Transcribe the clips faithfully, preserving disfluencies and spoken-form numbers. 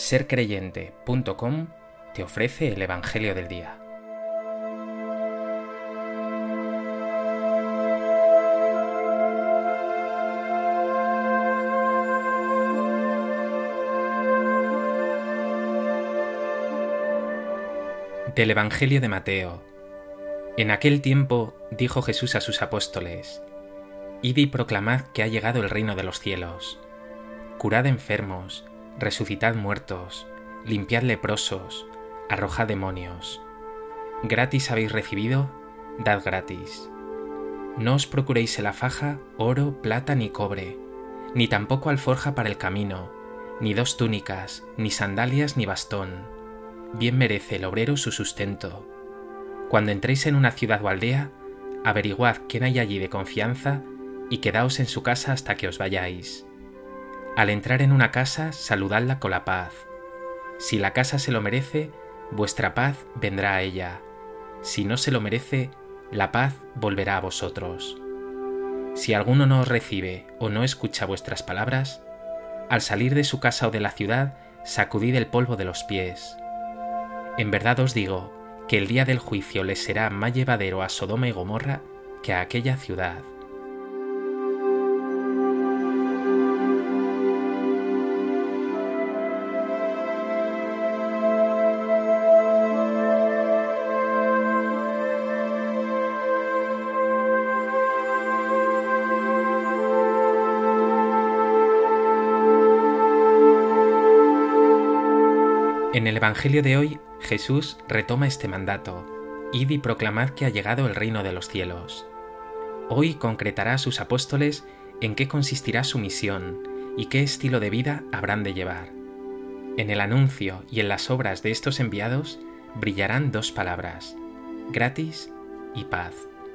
ser creyente punto com te ofrece el Evangelio del Día. Del Evangelio de Mateo. En aquel tiempo dijo Jesús a sus apóstoles: Id y proclamad que ha llegado el reino de los cielos. Curad enfermos, resucitad muertos, limpiad leprosos, arrojad demonios. Gratis habéis recibido, dad gratis. No os procuréis en la faja oro, plata ni cobre, ni tampoco alforja para el camino, ni dos túnicas, ni sandalias ni bastón. Bien merece el obrero su sustento. Cuando entréis en una ciudad o aldea, averiguad quién hay allí de confianza y quedaos en su casa hasta que os vayáis. Al entrar en una casa, saludadla con la paz. Si la casa se lo merece, vuestra paz vendrá a ella. Si no se lo merece, la paz volverá a vosotros. Si alguno no os recibe o no escucha vuestras palabras, al salir de su casa o de la ciudad, sacudid el polvo de los pies. En verdad os digo que el día del juicio les será más llevadero a Sodoma y Gomorra que a aquella ciudad. En el Evangelio de hoy, Jesús retoma este mandato: id y proclamad que ha llegado el reino de los cielos. Hoy concretará a sus apóstoles en qué consistirá su misión y qué estilo de vida habrán de llevar. En el anuncio y en las obras de estos enviados brillarán dos palabras: gratis y paz.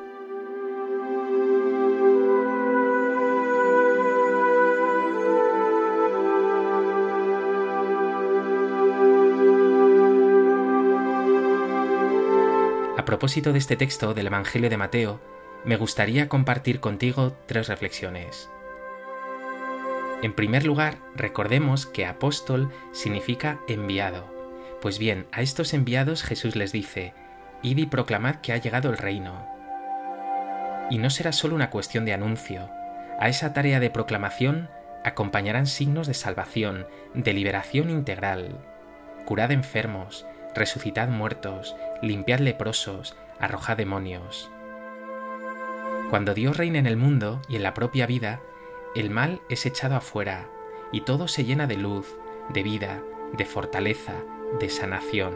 A propósito de este texto del Evangelio de Mateo, me gustaría compartir contigo tres reflexiones. En primer lugar, recordemos que apóstol significa enviado. Pues bien, a estos enviados Jesús les dice: id y proclamad que ha llegado el reino. Y no será solo una cuestión de anuncio. A esa tarea de proclamación acompañarán signos de salvación, de liberación integral. Curad enfermos, resucitad muertos, limpiad leprosos, arrojad demonios. Cuando Dios reina en el mundo y en la propia vida, el mal es echado afuera y todo se llena de luz, de vida, de fortaleza, de sanación.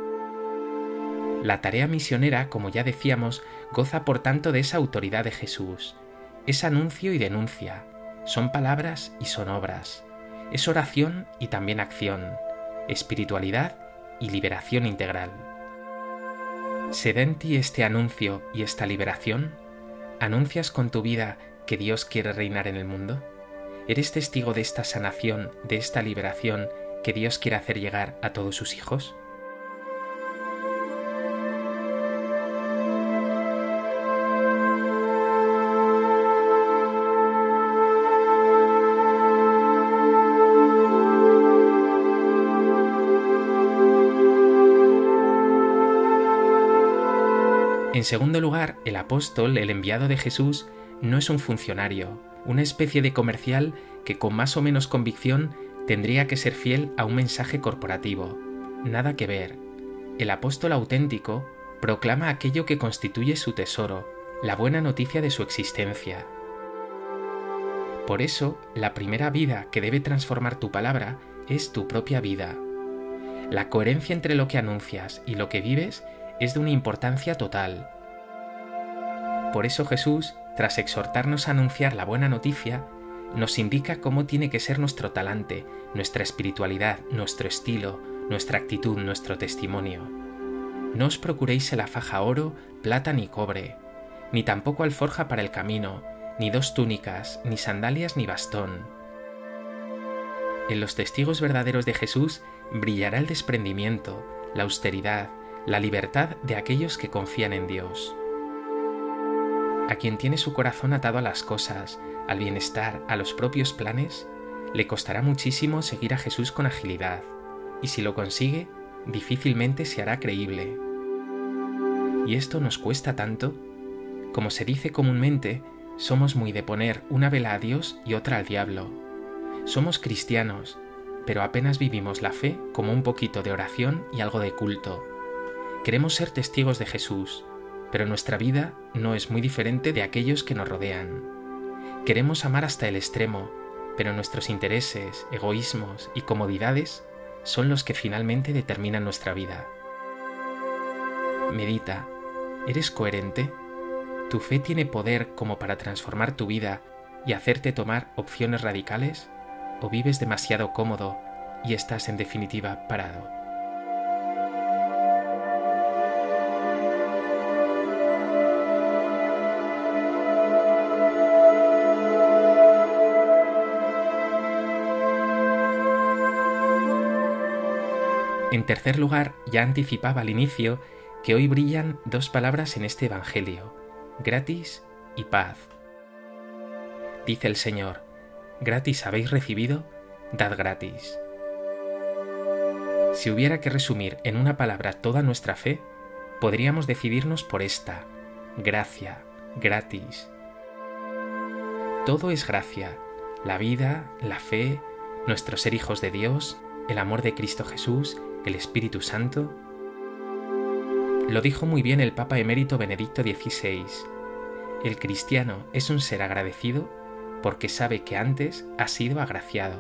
La tarea misionera, como ya decíamos, goza por tanto de esa autoridad de Jesús. Es anuncio y denuncia, son palabras y son obras, es oración y también acción, espiritualidad y liberación integral. ¿Se da en ti este anuncio y esta liberación? ¿Anuncias con tu vida que Dios quiere reinar en el mundo? ¿Eres testigo de esta sanación, de esta liberación que Dios quiere hacer llegar a todos sus hijos? En segundo lugar, el apóstol, el enviado de Jesús, no es un funcionario, una especie de comercial que con más o menos convicción tendría que ser fiel a un mensaje corporativo. Nada que ver. El apóstol auténtico proclama aquello que constituye su tesoro, la buena noticia de su existencia. Por eso, la primera vida que debe transformar tu palabra es tu propia vida. La coherencia entre lo que anuncias y lo que vives es de una importancia total. Por eso Jesús, tras exhortarnos a anunciar la buena noticia, nos indica cómo tiene que ser nuestro talante, nuestra espiritualidad, nuestro estilo, nuestra actitud, nuestro testimonio. No os procuréis en la faja oro, plata ni cobre, ni tampoco alforja para el camino, ni dos túnicas, ni sandalias ni bastón. En los testigos verdaderos de Jesús brillará el desprendimiento, la austeridad, la libertad de aquellos que confían en Dios. A quien tiene su corazón atado a las cosas, al bienestar, a los propios planes, le costará muchísimo seguir a Jesús con agilidad. y si lo consigue, difícilmente se hará creíble. Y esto nos cuesta tanto. Como se dice comúnmente, somos muy de poner una vela a Dios y otra al diablo. Somos cristianos, pero apenas vivimos la fe como un poquito de oración y algo de culto. Queremos ser testigos de Jesús, pero nuestra vida no es muy diferente de aquellos que nos rodean. Queremos amar hasta el extremo, pero nuestros intereses, egoísmos y comodidades son los que finalmente determinan nuestra vida. Medita, ¿eres coherente? ¿Tu fe tiene poder como para transformar tu vida y hacerte tomar opciones radicales? ¿O vives demasiado cómodo y estás en definitiva parado? En tercer lugar, ya anticipaba al inicio que hoy brillan dos palabras en este Evangelio: gratis y paz. Dice el Señor: gratis habéis recibido, dad gratis. Si hubiera que resumir en una palabra toda nuestra fe, podríamos decidirnos por esta: gracia, gratis. Todo es gracia: la vida, la fe, nuestro ser hijos de Dios, el amor de Cristo Jesús, el Espíritu Santo. Lo dijo muy bien el Papa emérito Benedicto dieciséis. El cristiano es un ser agradecido porque sabe que antes ha sido agraciado.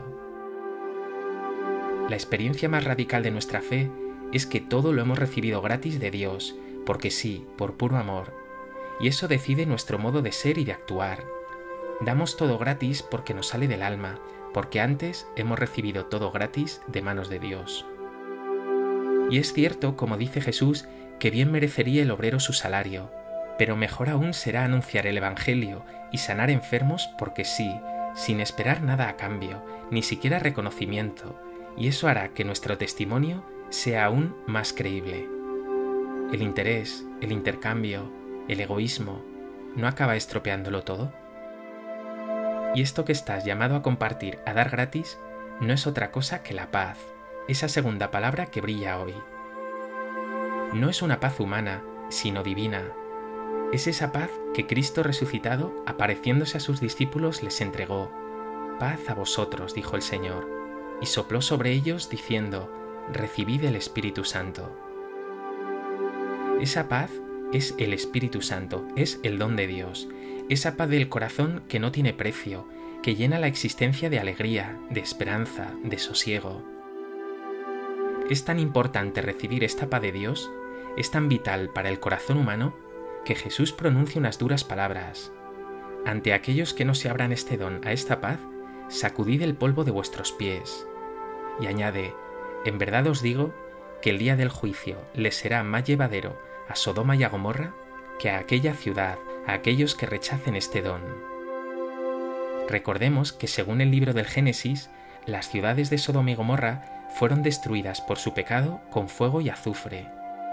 La experiencia más radical de nuestra fe es que todo lo hemos recibido gratis de Dios, porque sí, por puro amor. Y eso decide nuestro modo de ser y de actuar. Damos todo gratis porque nos sale del alma, porque antes hemos recibido todo gratis de manos de Dios. Y es cierto, como dice Jesús, que bien merecería el obrero su salario, pero mejor aún será anunciar el Evangelio y sanar enfermos porque sí, sin esperar nada a cambio, ni siquiera reconocimiento, y eso hará que nuestro testimonio sea aún más creíble. El interés, el intercambio, el egoísmo, ¿no acaba estropeándolo todo? Y esto que estás llamado a compartir, a dar gratis, no es otra cosa que la paz, esa segunda palabra que brilla hoy. No es una paz humana, sino divina. Es esa paz que Cristo resucitado, apareciéndose a sus discípulos, les entregó. Paz a vosotros, dijo el Señor, y sopló sobre ellos diciendo: recibid el Espíritu Santo. Esa paz es el Espíritu Santo, es el don de Dios, esa paz del corazón que no tiene precio, que llena la existencia de alegría, de esperanza, de sosiego. Es tan importante recibir esta paz de Dios, es tan vital para el corazón humano, que Jesús pronuncia unas duras palabras. Ante aquellos que no se abran este don a esta paz, sacudid el polvo de vuestros pies. Y añade: en verdad os digo que el día del juicio les será más llevadero a Sodoma y a Gomorra que a aquella ciudad, a aquellos que rechacen este don. Recordemos que según el libro del Génesis, las ciudades de Sodoma y Gomorra fueron destruidas por su pecado con fuego y azufre.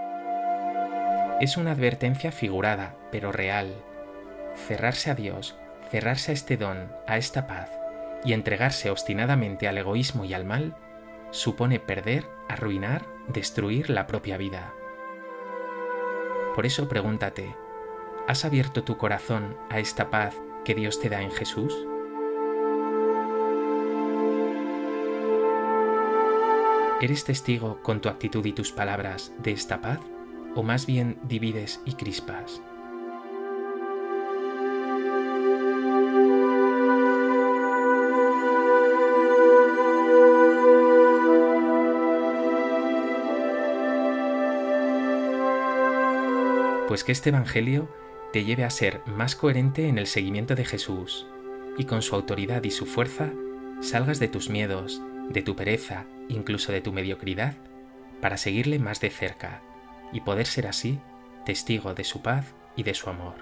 Es una advertencia figurada, pero real. Cerrarse a Dios, cerrarse a este don, a esta paz, y entregarse obstinadamente al egoísmo y al mal, supone perder, arruinar, destruir la propia vida. Por eso pregúntate: ¿has abierto tu corazón a esta paz que Dios te da en Jesús? ¿Eres testigo con tu actitud y tus palabras de esta paz? ¿O más bien divides y crispas? Pues que este Evangelio te lleve a ser más coherente en el seguimiento de Jesús, y con su autoridad y su fuerza salgas de tus miedos, de tu pereza, incluso de tu mediocridad, para seguirle más de cerca y poder ser así testigo de su paz y de su amor.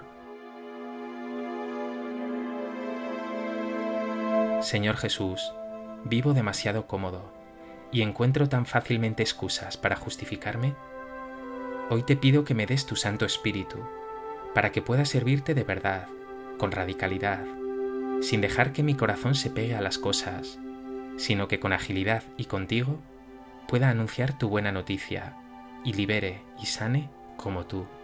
Señor Jesús, vivo demasiado cómodo y encuentro tan fácilmente excusas para justificarme. Hoy te pido que me des tu Santo Espíritu, para que pueda servirte de verdad, con radicalidad, sin dejar que mi corazón se pegue a las cosas, sino que con agilidad y contigo pueda anunciar tu buena noticia y libere y sane como tú.